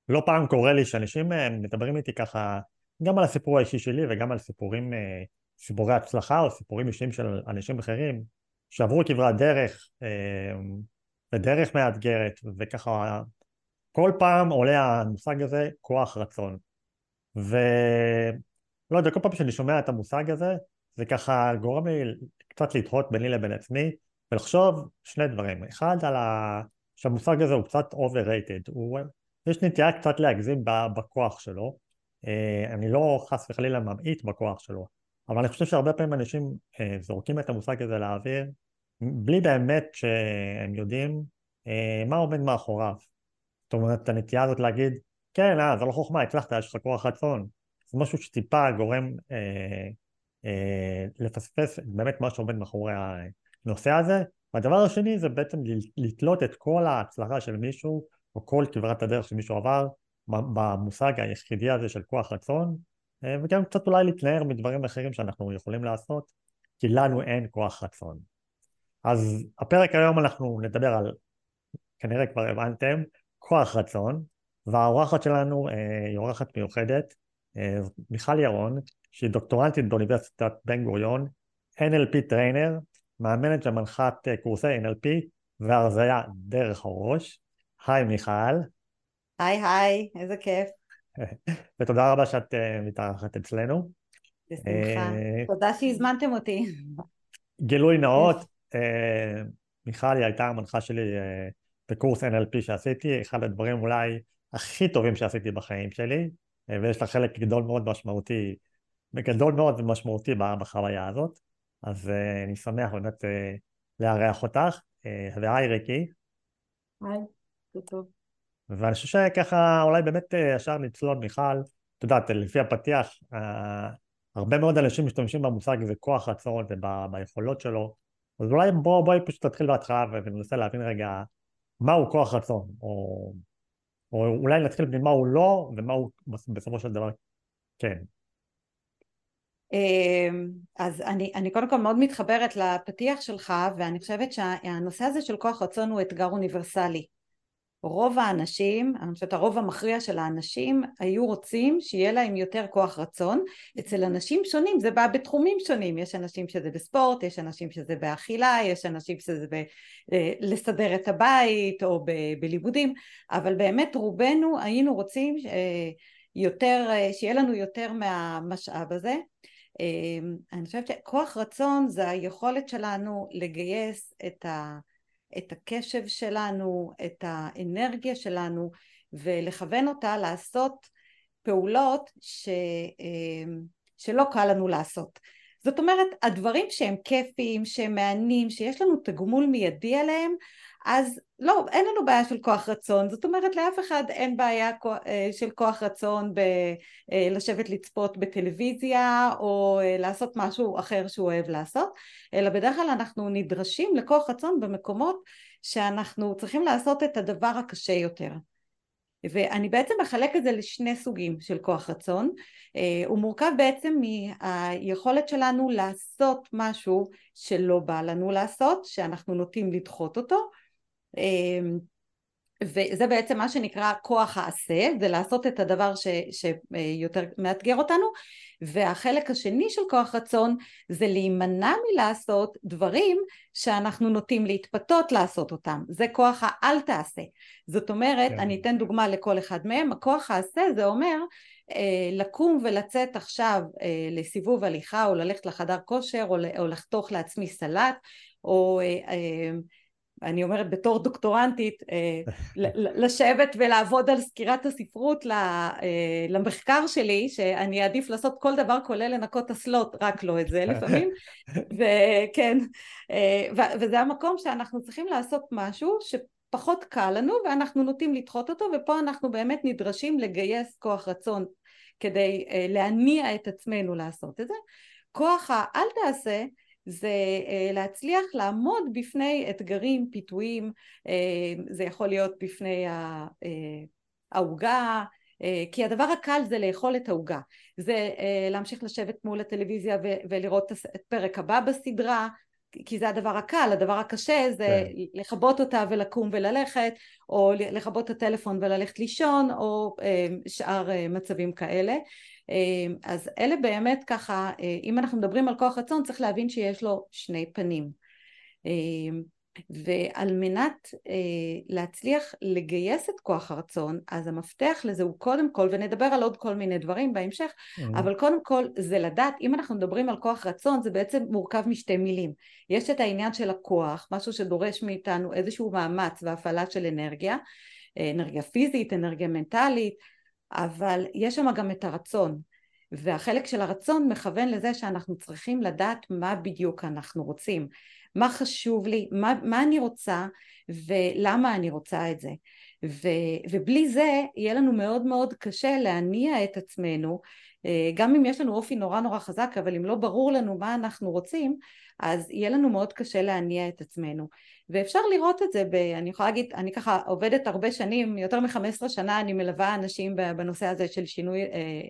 לא פעם קורה לי שאנשים מדברים איתי ככה, גם על הסיפור האישי שלי וגם על סיפורי הצלחה או סיפורים אישיים של אנשים אחרים, שעברו כברת דרך, ודרך מאתגרת, וככה כל פעם עולה המושג הזה, כוח רצון. ולא יודע, כל פעם שאני שומע את המושג הזה, זה ככה גורם לי קצת לתהות ביני לבין עצמי, ולחשוב שני דברים. אחד, שהמושג הזה הוא קצת overrated. יש נטייה קצת להגזים בכוח שלו. אני לא חס וחלילה ממעיט בכוח שלו, אבל אני חושב שהרבה פעמים אנשים זורקים את המושג הזה לאוויר, בלי באמת שהם יודעים מה עומד מאחוריו. זאת אומרת, הנטייה הזאת להגיד, כן, זה לא חוכמה, הצלחת, יש לך כוח רצון. זה משהו שטיפה גורם לפספס באמת מה שעומד מאחורי הנושא הזה. והדבר השני זה בעצם לתלות את כל ההצלחה של מישהו, או כל כברת הדרך שמישהו עבר, במושג היחידי הזה של כוח רצון, וגם קצת אולי להתנער מדברים אחרים שאנחנו יכולים לעשות, כי לנו אין כוח רצון. אז הפרק היום אנחנו נדבר על, כנראה כבר הבנתם, כוח רצון, והאורחת שלנו היא אורחת מיוחדת, מיכל ירון, שהיא דוקטורנטית באוניברסיטת בן גוריון, NLP טריינר, מאמנת ומנחת קורסי NLP והרזיה דרך הראש. היי מיכל. היי היי, איזה כיף. ותודה רבה שאת מתארחת אצלנו. בשמחה. אה, תודה שהזמנתם אותי. גילוי נאות, כיף. מיכל היא הייתה המנחה שלי בקורס NLP שעשיתי, אחד הדברים אולי הכי טובים שעשיתי בחיים שלי, ויש לה חלק גדול מאוד ומשמעותי בחוויה הזאת, אז אני שמח באמת לארח אותך, והי ריקי, היי, זה טוב. ואני חושב שככה אולי באמת ישר נצלול מיכל, את יודעת, לפי הפתיח, הרבה מאוד אנשים משתמשים במושג הזה כוח רצון וביכולות שלו, אז אולי בואי פשוט תתחיל בהתחלה וננסה להבין רגע מהו כוח רצון, או אולי נתחיל ממה הוא לא ומהו בסופו של דבר כן. אז אני קודם כל מאוד מתחברת לפתיח שלך, ואני חושבת שהנושא הזה של כוח רצון הוא אתגר אוניברסלי. רוב האנשים, אני חושבת הרוב המכריע של האנשים היו רוצים שיהיה להם יותר כוח רצון. אצל אנשים שונים זה בא בתחומים שונים, יש אנשים שזה בספורט, יש אנשים שזה באכילה, יש אנשים שזה לסדר את הבית או בלימודים, אבל באמת רובנו היינו רוצים יותר, שיהיה לנו יותר מהמשאב הזה. אני חושבת שכוח רצון זה היכולת שלנו לגייס את הקשב שלנו, את האנרגיה שלנו, ולכוון אותה לעשות פעולות שלא קל לנו לעשות. זאת אומרת, הדברים שהם כיפיים, שהם מעניינים, שיש לנו תגמול מיידי עליהם, אז לא, אין לנו בעיה של כוח רצון. זאת אומרת, לאף אחד אין בעיה של כוח רצון לשבת לצפות בטלוויזיה, או לעשות משהו אחר שהוא אוהב לעשות, אלא בדרך כלל אנחנו נדרשים לכוח רצון במקומות שאנחנו צריכים לעשות את הדבר הקשה יותר. ואני בעצם מחלק את זה לשני סוגים של כוח רצון. הוא מורכב בעצם מהיכולת שלנו לעשות משהו שלא בא לנו לעשות, שאנחנו נוטים לדחות אותו, וזה בעצם מה שנקרא כוח העשה, זה לעשות את הדבר שיותר מאתגר אותנו. והחלק השני של כוח רצון זה להימנע מלעשות דברים שאנחנו נוטים להתפתות לעשות אותם, זה כוח האל תעשה. זאת אומרת, כן. אני אתן דוגמה לכל אחד מהם. הכוח העשה זה אומר לקום ולצאת עכשיו לסיבוב הליכה, או ללכת לחדר כושר, או לחתוך לעצמי סלט, או אני אומרת בתור דוקטורנטית, לשבת ולעבוד על סקירת הספרות למחקר שלי, שאני אעדיף לעשות כל דבר כולל לנקות אסלות, רק לא את זה לפעמים. וכן, וזה המקום שאנחנו צריכים לעשות משהו שפחות קל לנו, ואנחנו נוטים לדחות אותו, ופה אנחנו באמת נדרשים לגייס כוח רצון כדי להניע את עצמנו לעשות את זה. כוח האל תעשה זה להצליח לעמוד בפני אתגרים, פיתויים, זה יכול להיות בפני העוגה, כי הדבר הקל זה לאכול את העוגה, זה להמשיך לשבת מול הטלוויזיה ולראות את פרק הבא בסדרה, כי זה הדבר הקל, הדבר הקשה זה כן. לכבות אותה ולקום וללכת, או לכבות את הטלפון וללכת לישון, או שאר מצבים כאלה. אז אלה באמת ככה, אם אנחנו מדברים על כוח רצון, צריך להבין שיש לו שני פנים. ועל מנת להצליח לגייס את כוח הרצון, אז המפתח לזה הוא קודם כל, ונדבר על עוד כל מיני דברים בהמשך, אבל קודם כל זה לדעת, אם אנחנו מדברים על כוח רצון, זה בעצם מורכב משתי מילים. יש את העניין של הכוח, משהו שדורש מאיתנו איזשהו מאמץ והפעלה של אנרגיה, אנרגיה פיזית, אנרגיה מנטלית, אבל יש שם גם את הרצון, והחלק של הרצון מכוון לזה שאנחנו צריכים לדעת מה בדיוק אנחנו רוצים, מה חשוב לי, מה אני רוצה ולמה אני רוצה את זה. ובלי זה יהיה לנו מאוד מאוד קשה להניע את עצמנו, גם אם יש לנו אופי נורא נורא חזק, אבל אם לא ברור לנו מה אנחנו רוצים, אז יהיה לנו מאוד קשה להניע את עצמנו. ואפשר לראות את זה, אני יכולה להגיד, אני ככה עובדת הרבה שנים, יותר מ-15 שנה אני מלווה אנשים בנושא הזה של שינוי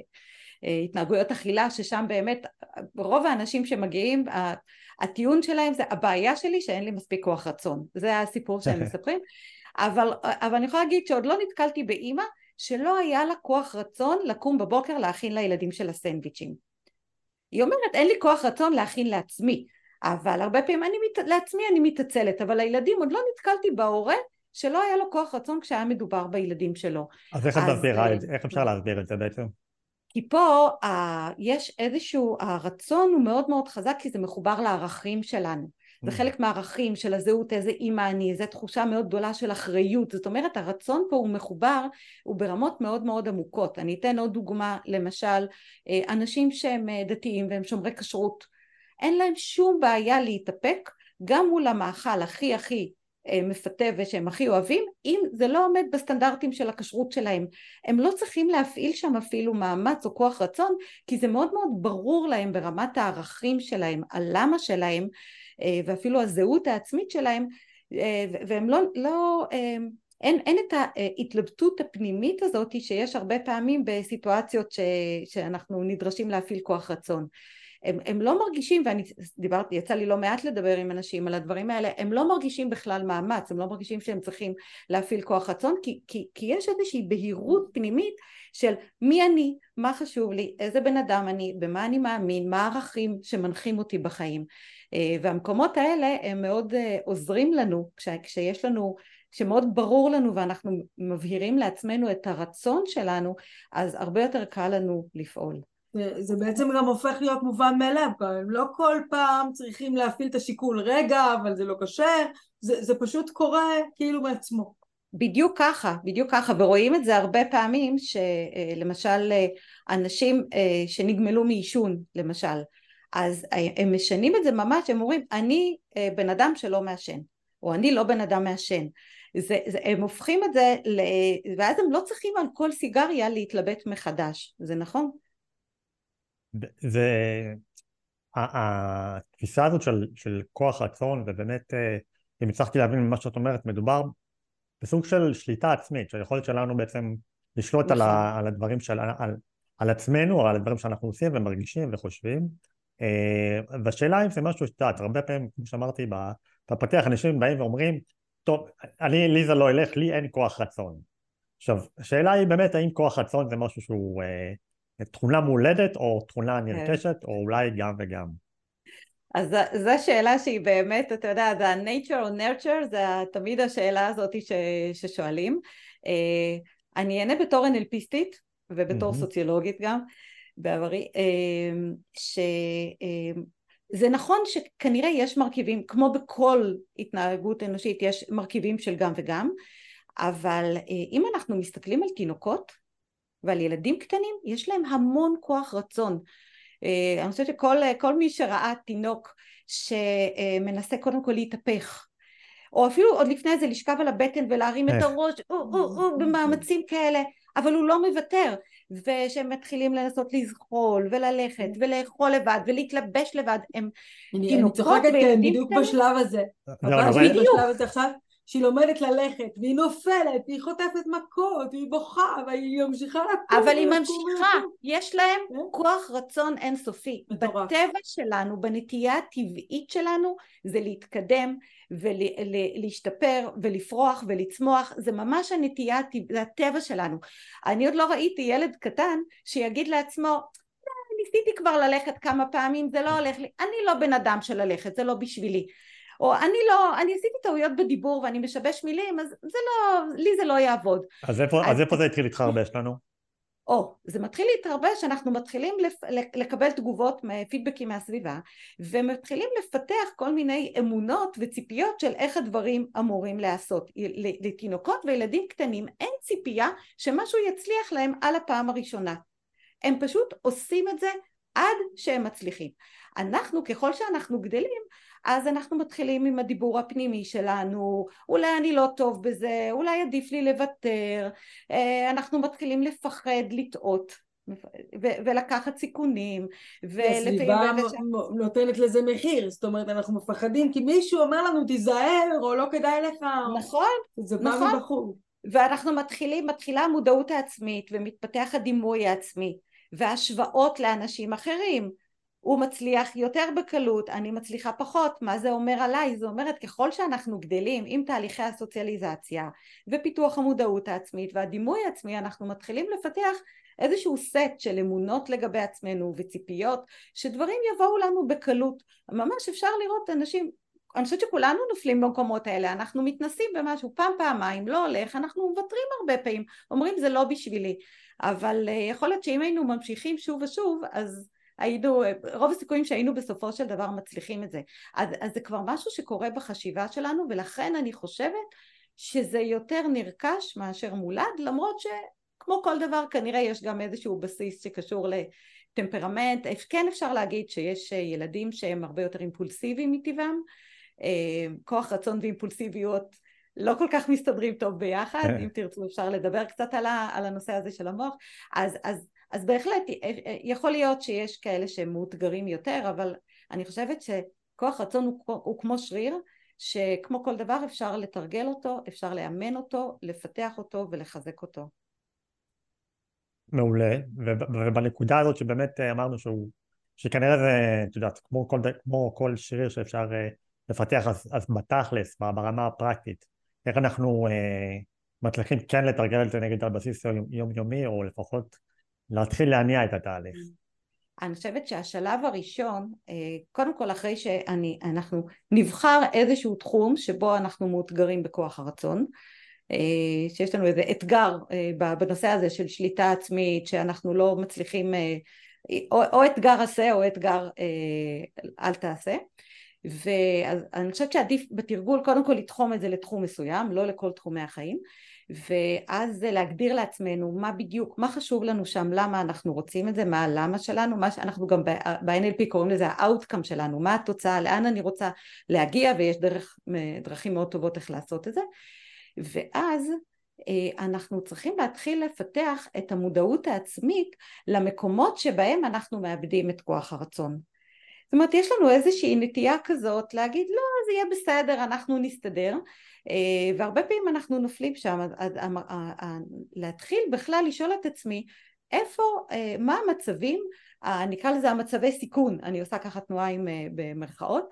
התנהגויות אכילה, ששם באמת רוב האנשים שמגיעים, הטיעון שלהם זה הבעיה שלי שאין לי מספיק כוח רצון, זה הסיפור שהם מספרים. אבל אני יכולה להגיד שעוד לא נתקלתי באמא שלא היה לה כוח רצון לקום בבוקר להכין לילדים של הסנדוויצ'ים. היא אומרת אין לי כוח רצון להכין לעצמי, אבל הרבה פעמים לעצמי אני מתעצלת, אבל לילדים עוד לא נתקלתי בהורה שלא היה לו כוח רצון כשהיה מדובר בילדים שלו. אז איך את מסבירה את זה? איך אפשר להסביר את זה בעצם? כי פה יש איזשהו, הרצון הוא מאוד מאוד חזק כי זה מחובר לערכים שלנו, זה חלק מהערכים של הזהות, איזה אימא אני, זו תחושה מאוד גדולה של אחריות, זאת אומרת הרצון פה הוא מחובר, הוא ברמות מאוד מאוד עמוקות. אני אתן עוד דוגמה, למשל אנשים שהם דתיים והם שומרי כשרות, אין להם שום בעיה להתאפק גם מול המאכל הכי מפתה ושהם הכי אוהבים, אם זה לא עומד בסטנדרטים של הכשרות שלהם. הם לא צריכים להפעיל שם אפילו מאמץ או כוח רצון, כי זה מאוד מאוד ברור להם ברמת הערכים שלהם, הלמה שלהם, ואפילו הזהות העצמית שלהם, והם אין את ההתלבטות הפנימית הזאת שיש הרבה פעמים בסיטואציות שאנחנו נדרשים להפעיל כוח רצון. הם לא מרגישים, ואני דיברתי, יצא לי לא מעט לדבר עם אנשים על הדברים האלה, הם לא מרגישים בכלל מאמץ, הם לא מרגישים שהם צריכים להפעיל כוח רצון, כי יש איזושהי בהירות פנימית של מי אני, מה חשוב לי, איזה בן אדם אני, במה אני מאמין, מה הערכים שמנחים אותי בחיים. והמקומות האלה הם מאוד עוזרים לנו, כשיש לנו, שמאוד ברור לנו ואנחנו מבהירים לעצמנו את הרצון שלנו, אז הרבה יותר קל לנו לפעול. זה בעצם גם הופך להיות מובן מאליו, הם לא כל פעם צריכים להפעיל את השיקול, רגע, אבל זה לא קשה, זה פשוט קורה כאילו מעצמו. בדיוק ככה, ורואים את זה הרבה פעמים, שלמשל אנשים שנגמלו מעישון, למשל, אז הם משנים את זה ממש, הם אומרים, אני בן אדם שלא מעשן, או אני לא בן אדם מעשן. הם הופכים את זה, ואז הם לא צריכים על כל סיגריה להתלבט מחדש, זה נכון? זה התפיסה הזאת של כוח רצון, ובאמת אם הצלחתי להבין ממה שאת אומרת, מדובר בסוג של שליטה עצמית, שהיכולת שלנו בעצם לשלוט על הדברים על עצמנו, או על הדברים שאנחנו עושים ומרגישים וחושבים. והשאלה אם זה משהו שתעת, הרבה פעמים כמו שאמרתי בפתח, אנשים באים ואומרים טוב, לי זה לא ילך, לי אין כוח רצון. עכשיו השאלה היא באמת האם כוח רצון זה משהו שהוא תכונה מולדת או תכונה נרכשת, או אולי גם וגם. אז זו שאלה שהיא באמת, אתה יודע, זה ה-nature או nurture, זה תמיד השאלה הזאת ששואלים. אני אענה בתור NLPיסטית, ובתור סוציולוגית גם, בעברי, שזה נכון שכנראה יש מרכיבים, כמו בכל התנהגות אנושית, יש מרכיבים של גם וגם, אבל אם אנחנו מסתכלים על תינוקות, ועל ילדים קטנים, יש להם המון כוח רצון. אני חושבת שכל מי שראה תינוק שמנסה קודם כל להתהפך, או אפילו עוד לפני זה לשכב על הבטן ולהרים את הראש, במאמצים כאלה, אבל הוא לא מוותר, ושהם מתחילים לנסות לזחול וללכת ולאכול לבד ולהתלבש לבד, הם אני צוחקת בדיוק בשלב הזה. בשלב הזה עכשיו, שהיא לומדת ללכת, והיא נופלת, והיא חוטפת מכות, והיא בוכה, והיא ממשיכה לקום. אבל היא ממשיכה, יש להם כוח רצון אינסופי. מטורף. בטבע שלנו, בנטייה הטבעית שלנו, זה להתקדם ולהשתפר ולפרוח ולצמוח, זה ממש הנטייה, זה הטבע שלנו. אני עוד לא ראיתי ילד קטן שיגיד לעצמו, ניסיתי כבר ללכת כמה פעמים, זה לא הולך לי, אני לא בן אדם של ללכת, זה לא בשבילי. או אני עשיתי טעויות בדיבור ואני משבש מילים, אז זה לא, לי זה לא יעבוד. אז איפה זה התחיל להתחרבש לנו? זה מתחיל להתרבש, אנחנו מתחילים לקבל תגובות, פידבקים מהסביבה, ומתחילים לפתח כל מיני אמונות וציפיות של איך הדברים אמורים לעשות. לתינוקות וילדים קטנים אין ציפייה שמשהו יצליח להם על הפעם הראשונה. הם פשוט עושים את זה עד שהם מצליחים. אנחנו, ככל שאנחנו גדלים, אז אנחנו מתחילים עם הדיבור הפנימי שלנו, אולי אני לא טוב בזה, אולי עדיף לי לוותר, אנחנו מתחילים לפחד, לטעות, ולקחת סיכונים. הסביבה נותנת לזה מחיר, זאת אומרת אנחנו מפחדים כי מישהו אומר לנו תיזהר או לא כדאי לך. נכון, זה בא מבחור. ואנחנו מתחילה המודעות העצמית ומתפתח הדימוי העצמי, והשוואות לאנשים אחרים. הוא מצליח יותר בקלות, אני מצליחה פחות. מה זה אומר עליי? זה אומרת ככל שאנחנו גדלים עם תהליכי הסוציאליזציה ופיתוח המודעות העצמית והדימוי העצמי, אנחנו מתחילים לפתח איזשהו סט של אמונות לגבי עצמנו וציפיות שדברים יבואו לנו בקלות. ממש אפשר לראות אנשים, אני חושבת שכולנו נופלים במקומות האלה, אנחנו מתנסים במשהו פעם פעמיים, לא הולך, אנחנו מוותרים הרבה פעמים, אומרים זה לא בשבילי, אבל יכול להיות שאם היינו ממשיכים שוב ושוב, אז רוב הסיכויים שהיינו בסופו של דבר מצליחים את זה. אז זה כבר משהו שקורה בחשיבה שלנו, ולכן אני חושבת שזה יותר נרכש מאשר מולד, למרות שכמו כל דבר כנראה יש גם איזשהו בסיס שקשור לטמפרמנט. כן אפשר להגיד שיש ילדים שהם הרבה יותר אימפולסיביים מטבעם, כוח רצון ואימפולסיביות לא כל כך מסתדרים טוב ביחד, אם תרצו אפשר לדבר קצת על הנושא הזה של המוח. אז בהחלט יכול להיות שיש כאלה שהם מאותגרים יותר, אבל אני חושבת שכוח רצון הוא כמו שריר, שכמו כל דבר אפשר לתרגל אותו, אפשר לאמן אותו, לפתח אותו ולחזק אותו. מעולה, ובנקודה הזאת שבאמת אמרנו שכנראה זה, את יודעת, כמו כל שריר שאפשר לפתח, אז בתכלס, ברמה הפרקטית, איך אנחנו מצליחים כן לתרגל את זה נגד על בסיס יומיומי, או לפחות להתחיל להניע את התהליך? אני חושבת שהשלב הראשון, קודם כל אחרי שאנחנו נבחר איזשהו תחום שבו אנחנו מאותגרים בכוח הרצון, שיש לנו איזה אתגר בנושא הזה של שליטה עצמית, שאנחנו לא מצליחים, או אתגר עשה או אתגר אל תעשה, ואני חושבת שעדיף בתרגול קודם כל לתחום את זה לתחום מסוים, לא לכל תחומי החיים, ואז להגדיר לעצמנו מה בדיוק, מה חשוב לנו שם, למה אנחנו רוצים את זה, מה הלמה שלנו, מה שאנחנו גם ב-NLP קוראים לזה ה-outcome שלנו, מה התוצאה, לאן אני רוצה להגיע, ויש דרכים מאוד טובות איך לעשות את זה. ואז אנחנו צריכים להתחיל לפתח את המודעות העצמית למקומות שבהם אנחנו מאבדים את כוח הרצון. זאת אומרת, יש לנו איזושהי נטייה כזאת להגיד, לא, זה יהיה בסדר, אנחנו נסתדר, והרבה פעמים אנחנו נופלים שם. אז להתחיל בכלל לשאול את עצמי, איפה, מה המצבים, נקרא לזה המצבי סיכון, אני עושה ככה תנועה במרכאות,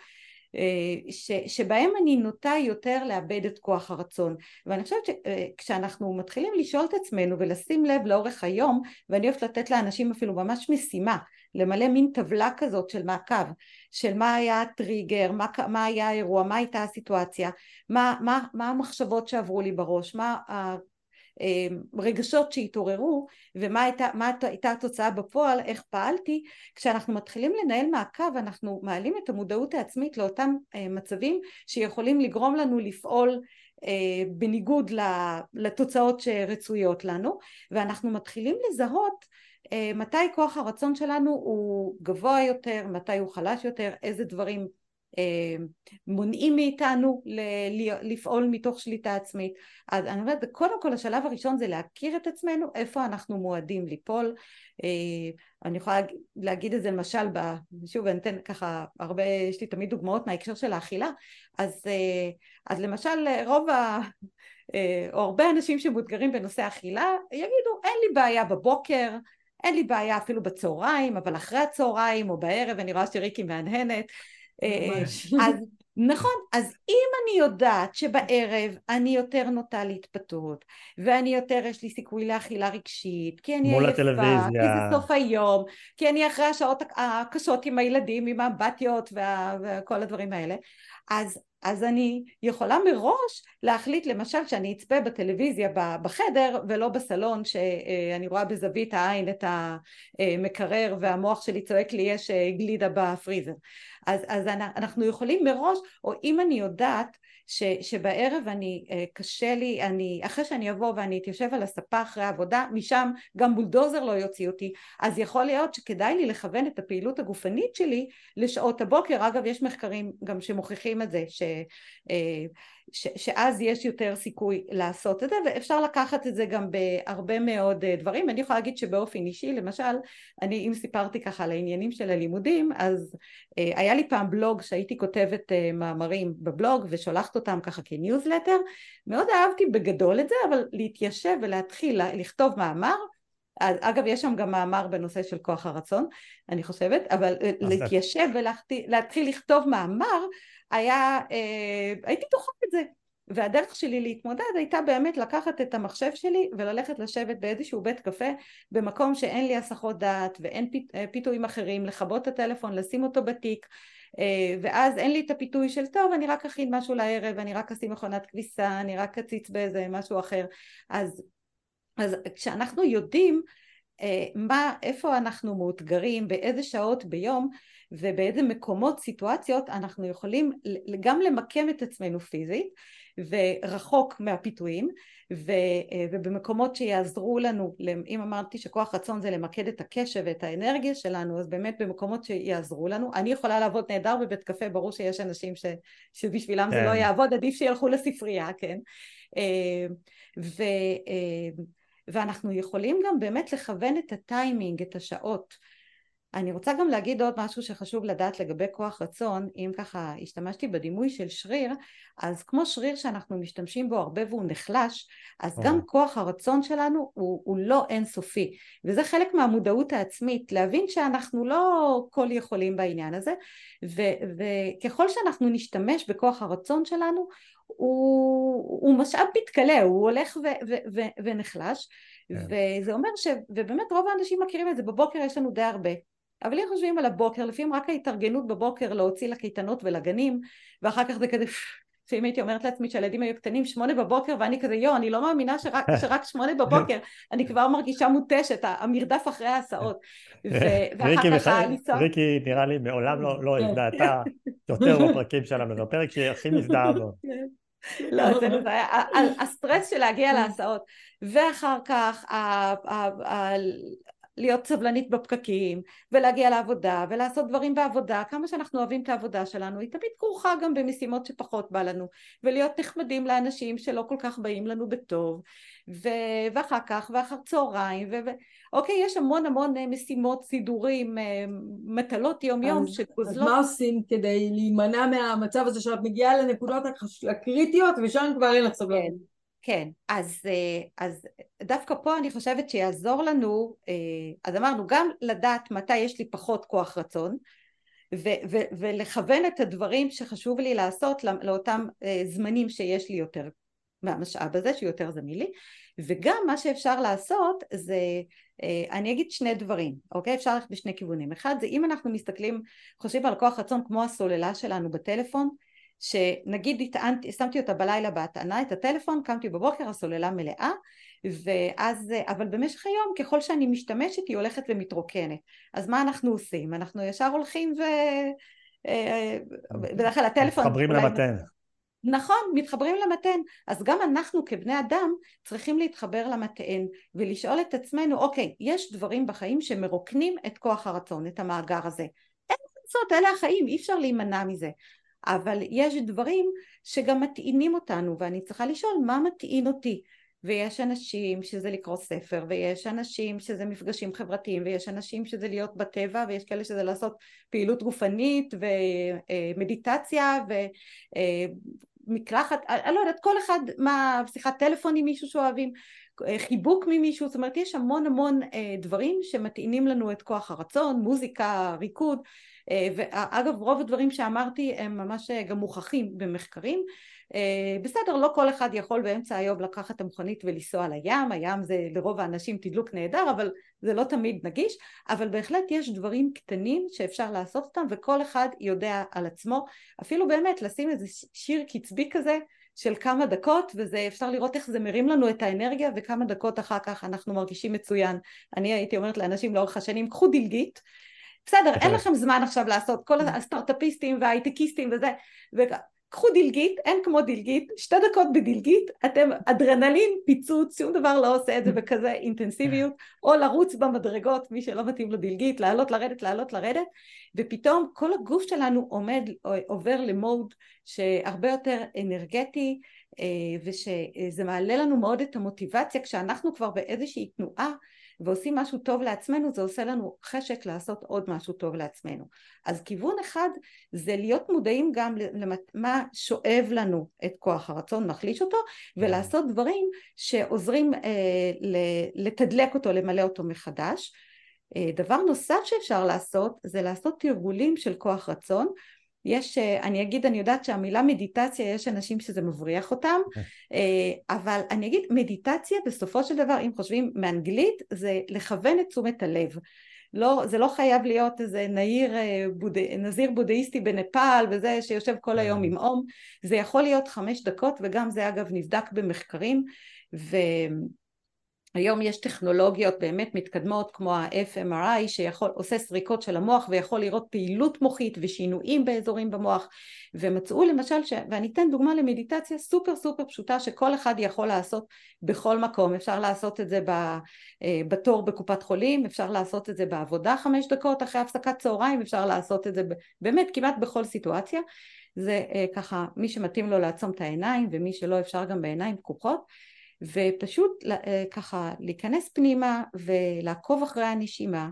שבהם אני נוטה יותר לאבד את כוח הרצון. ואני חושבת שכשאנחנו מתחילים לשאול את עצמנו ולשים לב לאורך היום, ואני אוהבת לתת לאנשים אפילו ממש משימה, למלא מין טבלה כזאת של מעקב, של מה היה הטריגר, מה היה האירוע, מה הייתה הסיטואציה, מה המחשבות שעברו לי בראש, מה רגשות שהתעוררו, ומה הייתה התוצאה בפועל, איך פעלתי. כשאנחנו מתחילים לנהל מעקב, אנחנו מעלים את המודעות העצמית לאותם מצבים שיכולים לגרום לנו לפעול בניגוד לתוצאות שרצויות לנו, ואנחנו מתחילים לזהות מתי כוח הרצון שלנו הוא גבוה יותר, מתי הוא חלש יותר, איזה דברים מונעים מאיתנו לפעול מתוך שליטה עצמית. אז אני אומרת, קודם כל השלב הראשון זה להכיר את עצמנו, איפה אנחנו מועדים ליפול. אני יכולה להגיד את זה למשל, שוב אני אתן ככה הרבה, יש לי תמיד דוגמאות מההקשר של האכילה, אז למשל או הרבה אנשים שמאותגרים בנושא אכילה יגידו, אין לי בעיה בבוקר, אין לי בעיה אפילו בצהריים, אבל אחרי הצהריים או בערב, אני רואה שריקי מהנהנת. אז נכון, אז אם אני יודעת שבערב אני יותר נוטה להתפתות, ואני יותר יש לי סיכוי לאכילה רגשית, כי אני עייפה, כי זה סוף היום, כי אני אחרי השעות הקשות עם הילדים, עם האמבטיות וכל הדברים האלה, אז אני יכולה מראש להחליט למשל שאני אצפה בטלוויזיה בחדר ולא בסלון, שאני רואה בזווית העין את המקרר והמוח שלי צועק לי יש גלידה בפריזר. אז אנחנו יכולים מראש, או אם אני יודעת שבערב קשה לי, אחרי שאני אבוא ואני אתיישב על הספה אחרי העבודה, משם גם בולדוזר לא יוציא אותי, אז יכול להיות שכדאי לי לכוון את הפעילות הגופנית שלי לשעות הבוקר. אגב, יש מחקרים גם שמוכיחים את זה, שאז יש יותר סיכוי לעשות את זה, ואפשר לקחת את זה גם בהרבה מאוד דברים. אני יכולה להגיד שבאופן אישי, למשל, אם סיפרתי ככה על העניינים של הלימודים, אז היה לי פעם בלוג שהייתי כותבת מאמרים בבלוג ושולחת אותם ככה כניוזלטר. מאוד אהבתי בגדול את זה, אבל להתיישב ולהתחיל לכתוב מאמר, אגב יש שם גם מאמר בנושא של כוח הרצון אני חושבת, אבל להתיישב ולהתחיל לכתוב מאמר הייתי דוחה את זה, והדרך שלי להתמודד הייתה באמת לקחת את המחשב שלי וללכת לשבת באיזשהו בית קפה במקום שאין לי הסחות דעת ואין פיתויים אחרים, לכבות את הטלפון, לשים אותו בתיק, ואז אין לי את הפיתוי של טוב אני רק אכין משהו לערב, אני רק אשים מכונת כביסה, אני רק אציץ באיזה משהו אחר. אז כשאנחנו יודעים איפה אנחנו מאותגרים, באיזה שעות ביום ובאיזה מקומות, סיטואציות, אנחנו יכולים גם למקם את עצמנו פיזית ורחוק מהפיתויים, ובמקומות שיעזרו לנו, אם אמרתי שכוח רצון זה למקד את הקשב ואת האנרגיה שלנו, אז באמת במקומות שיעזרו לנו. אני יכולה לעבוד נהדר בבית קפה, ברור שיש אנשים שבשבילם זה לא יעבוד, עדיף שילכו לספרייה, כן? ואנחנו יכולים גם באמת לכוון את הטיימינג, את השעות. אני רוצה גם להגיד עוד משהו שחשוב לדעת לגבי כוח רצון. אם ככה השתמשתי בדימוי של שריר, אז כמו שריר שאנחנו משתמשים בו הרבה והוא נחלש, אז גם כוח הרצון שלנו הוא לא אינסופי, וזה חלק מהמודעות העצמית, להבין שאנחנו לא כל יכולים בעניין הזה, וככל שאנחנו נשתמש בכוח הרצון שלנו, הוא משאב מתכלה, הוא הולך ונחלש, וזה אומר ובאמת רוב האנשים מכירים את זה, בבוקר יש לנו די הרבה, אבל אם חושבים על הבוקר, לפעמים רק ההתארגנות בבוקר להוציא לקייטנות ולגנים, ואחר כך זה כזה, שאם הייתי אומרת לעצמי שהילדים היו קטנים 8 בבוקר, ואני כזה אני לא מאמינה שרק 8 בבוקר, אני כבר מרגישה מוטשת, המרדף אחרי ההסעות, ואחר כך לנסוע. ריקי נראה לי מעולם לא הזדהתה יותר בפרקים שלנו, זה הפרק שהכי מזדהה בו. לא, זה היה הסטרס של להגיע להסעות, ואחר כך להיות סבלנית בפקקים, ולהגיע לעבודה, ולעשות דברים בעבודה. כמה שאנחנו אוהבים את העבודה שלנו, היא תמיד כרוכה גם במשימות שפחות בא לנו, ולהיות נחמדים לאנשים שלא כל כך באים לנו בטוב, ואחר כך, ואחר צהריים, אוקיי, יש המון משימות, סידורים, מטלות יום יום שגוזלות. אז מה עושים כדי להימנע מהמצב הזה שאת מגיעה לנקודות הקריטיות, ושם כבר אין לך סבלנות? כן, אז דווקא פה אני חושבת שיעזור לנו, אז אמרנו גם לדעת מתי יש לי פחות כוח רצון, ולכוון את הדברים שחשוב לי לעשות לאותם זמנים שיש לי יותר מהמשאב הזה, שיותר זמין לי, וגם מה שאפשר לעשות זה, אני אגיד שני דברים, אוקיי? אפשר ללכת בשני כיוונים. אחד זה אם אנחנו מסתכלים, חושבים על כוח רצון כמו הסוללה שלנו בטלפון, שנגיד שמתי אותה בלילה בהטענה את הטלפון, קמתי בבוקר הסוללה מלאה, ואז, אבל במשך היום ככל שאני משתמשת היא הולכת ומתרוקנת. אז מה אנחנו עושים? אנחנו ישר הולכים בדרך כלל הטלפון מתחברים למתן. נכון, מתחברים למתן. אז גם אנחנו כבני אדם צריכים להתחבר למתן ולשאול את עצמנו, אוקיי, יש דברים בחיים שמרוקנים את כוח הרצון, את המאגר הזה. אין לעשות, אלה החיים, אי אפשר להימנע מזה. אבל יש דברים שגם מטעינים אותנו, ואני צריכה לשאול מה מטעין אותי. ויש אנשים שזה לקרוא ספר, ויש אנשים שזה מפגשים חברתיים, ויש אנשים שזה להיות בטבע, ויש כאלה שזה לעשות פעילות גופנית ומדיטציה ומקלחת, אני לא יודעת, כל אחד מה, שיחת טלפון עם מישהו שאוהבים, חיבוק ממישהו, זאת אומרת יש המון המון דברים שמטעינים לנו את כוח הרצון, מוזיקה, ריקוד, ואגב רוב הדברים שאמרתי הם ממש גם מוכחים במחקרים. בסדר, לא כל אחד יכול באמצע היום לקחת את המכונית ולנסוע לים, הים זה לרוב האנשים תדלוק נהדר, אבל זה לא תמיד נגיש, אבל בהחלט יש דברים קטנים שאפשר לעשות אותם, וכל אחד יודע על עצמו, אפילו באמת לשים איזה שיר קצבי כזה של כמה דקות, וזה אפשר לראות איך זה מרים לנו את האנרגיה, וכמה דקות אחר כך אנחנו מרגישים מצוין. אני הייתי אומרת לאנשים לאורך השנים, קחו דלגית, בסדר, אין לכם זמן עכשיו לעשות כל הסטארט-אפיסטים וההייטקיסטים וזה, קחו דלגית, אין כמו דלגית, 2 דקות בדלגית, אתם אדרנלין, פיצוץ, שום דבר לא עושה את זה בכזה אינטנסיביות, או לרוץ במדרגות, מי שלא מתאים לו דלגית, לעלות לרדת, ופתאום כל הגוף שלנו עובר למוד שהרבה יותר אנרגטי, ושזה מעלה לנו מאוד את המוטיבציה, כשאנחנו כבר באיזושהי תנועה, ועושים משהו טוב לעצמנו, זה עושה לנו חשק לעשות עוד משהו טוב לעצמנו. אז כיוון אחד זה להיות מודעים גם למה שואב לנו את כוח הרצון, מחליש אותו, ולעשות דברים שעוזרים לתדלק אותו, למלא אותו מחדש. דבר נוסף שאפשר לעשות, זה לעשות תרגולים של כוח רצון. אני יודעת שהמילה מדיטציה, יש אנשים שזה מבריח אותם, אבל אני אגיד, מדיטציה בסופו של דבר, אם חושבים מאנגלית, זה לכוון את תשומת הלב. זה לא חייב להיות איזה נזיר בודהיסטי בנפאל, וזה שיושב כל היום עם אום, זה יכול להיות 5 דקות, וגם זה אגב נבדק במחקרים, היום יש טכנולוגיות באמת מתקדמות כמו ה-fMRI שעושה סריקות של המוח ויכול לראות פעילות מוחית ושינויים באזורים במוח, ומצאו למשל ואני אתן דוגמה למדיטציה סופר סופר פשוטה שכל אחד יכול לעשות בכל מקום. אפשר לעשות את זה בתור בקופת חולים, אפשר לעשות את זה בעבודה 5 דקות אחרי הפסקת צהריים, אפשר לעשות את זה באמת כמעט בכל סיטואציה. זה ככה מי שמתאים לו לעצום את העיניים, ומי שלא אפשר גם בעיניים פקוחות, ופשוט ככה להיכנס פנימה ולעקוב אחרי הנשימה,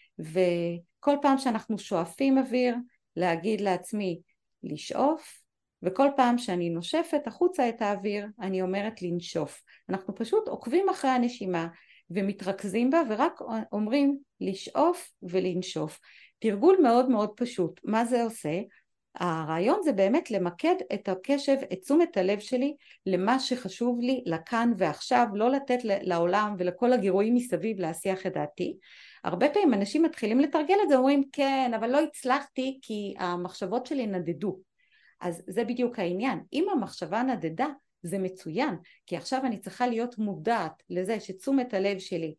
וכל פעם שאנחנו שואפים אוויר להגיד לעצמי לשאוף, וכל פעם שאני נושפת החוצה את האוויר אני אומרת לנשוף. אנחנו פשוט עוקבים אחרי הנשימה ומתרכזים בה ורק אומרים לשאוף ולנשוף. תרגול מאוד מאוד פשוט. מה זה עושה? הרעיון זה באמת למקד את הקשב, את תשומת הלב שלי למה שחשוב לי לכאן ועכשיו, לא לתת לעולם ולכל הגירויים מסביב להסיח את דעתי. הרבה פעמים אנשים מתחילים לתרגל את זה, אומרים כן אבל לא הצלחתי כי המחשבות שלי נדדו. אז זה בדיוק העניין, אם המחשבה נדדה זה מצוין, כי עכשיו אני צריכה להיות מודעת לזה שתשומת הלב שלי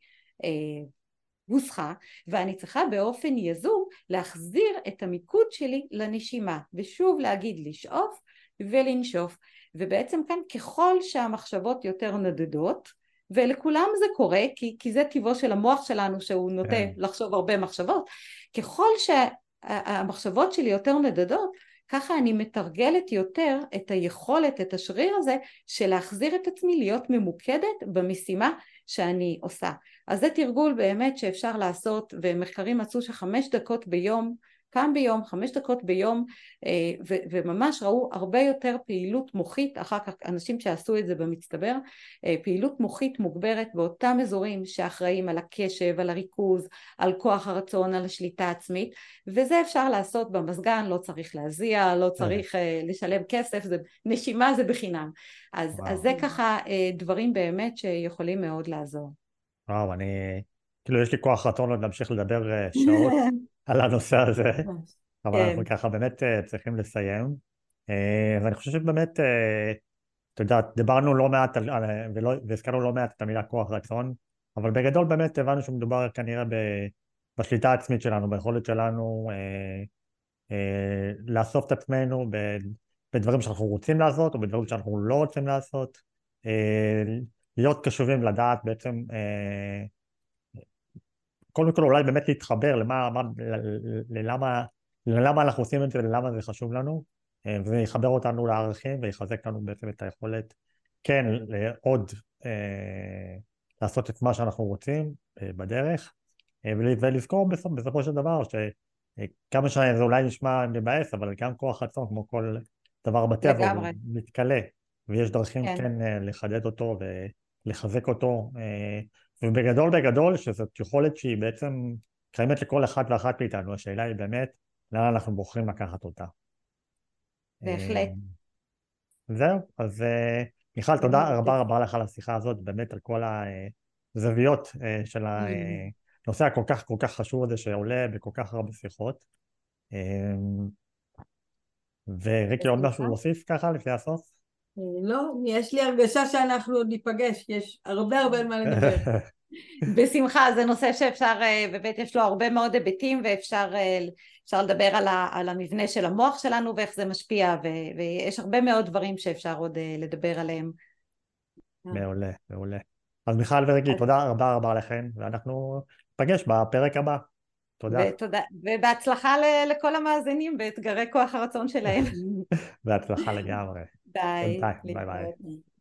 הוסחה, ואני צריכה באופן יזום להחזיר את המיקוד שלי לנשימה, ושוב להגיד לשאוף ולנשוף. ובעצם כאן ככל שהמחשבות יותר נדדות, ולכולם זה קורה, כי זה טבעו של המוח שלנו שהוא נוטה לחשוב הרבה מחשבות, ככל שהמחשבות שלי יותר נדדות, ככה אני מתרגלת יותר את היכולת, את השריר הזה, של להחזיר את עצמי להיות ממוקדת במשימה שאני עושה. אז זה תרגול באמת שאפשר לעשות, ומחקרים מצאו ש5 דקות ביום, פעם ביום, 5 דקות ביום, וממש ראו הרבה יותר פעילות מוחית, אחר כך אנשים שעשו את זה במצטבר, פעילות מוחית מוגברת באותם אזורים שאחראים על הקשב, על הריכוז, על כוח הרצון, על השליטה העצמית, וזה אפשר לעשות במזגן, לא צריך להזיע, לא צריך לשלם כסף, נשימה זה בחינם. אז זה ככה דברים באמת שיכולים מאוד לעזור. וואו, כאילו יש לי כוח רצון עוד להמשיך לדבר שעות על הנושא הזה, אבל אנחנו ככה באמת צריכים לסיים. ואני חושב שבאמת, אתה יודע, דיברנו לא מעט והזכרנו לא מעט את המילה כוח רצון, אבל בגדול באמת הבנו שמדובר כנראה בשליטה העצמית שלנו, ביכולת שלנו לאסוף את עצמנו בדברים שאנחנו רוצים לעשות, או בדברים שאנחנו לא רוצים לעשות, להיות קשובים לדעת בעצם, קודם כל אולי באמת להתחבר למה אנחנו עושים את זה ולמה זה חשוב לנו, וזה יחבר אותנו לערכים ויחזק לנו בעצם את היכולת, כן, עוד לעשות את מה שאנחנו רוצים בדרך, ולזכור בסופו של דבר שכמה שזה אולי נשמע מבאס, אבל גם כוח רצון, כמו כל דבר בטבע, הוא לגמרי, מתכלה, ויש דרכים כן. כן לחדד אותו ולחזק אותו, ובגדול שזאת יכולת שהיא בעצם קיימת לכל אחד ואחת מאיתנו. השאלה היא באמת לאן אנחנו בוחרים לקחת אותה. בהחלט. זהו, אז מיכל, תודה רבה רבה לך על השיחה הזאת, באמת על כל הזוויות של הנושא הכל כך כל כך חשוב הזה שעולה בכל כך הרבה שיחות. וריקי, עוד משהו להוסיף ככה לפני הסוף? לא, יש לי הרגשה שאנחנו עוד ניפגש, יש הרבה הרבה על מה לדבר. בשמחה, זה נושא שאפשר, באמת יש לו הרבה מאוד היבטים, ואפשר לדבר על המבנה של המוח שלנו ואיך זה משפיע, ויש הרבה מאוד דברים שאפשר עוד לדבר עליהם. מעולה, מעולה. אז מיכל וריקי, תודה רבה רבה לכם, ואנחנו ניפגש בפרק הבא. תודה. ובהצלחה לכל המאזינים באתגרי כוח הרצון שלהם. בהצלחה לגמרי. ביי. ביי ביי.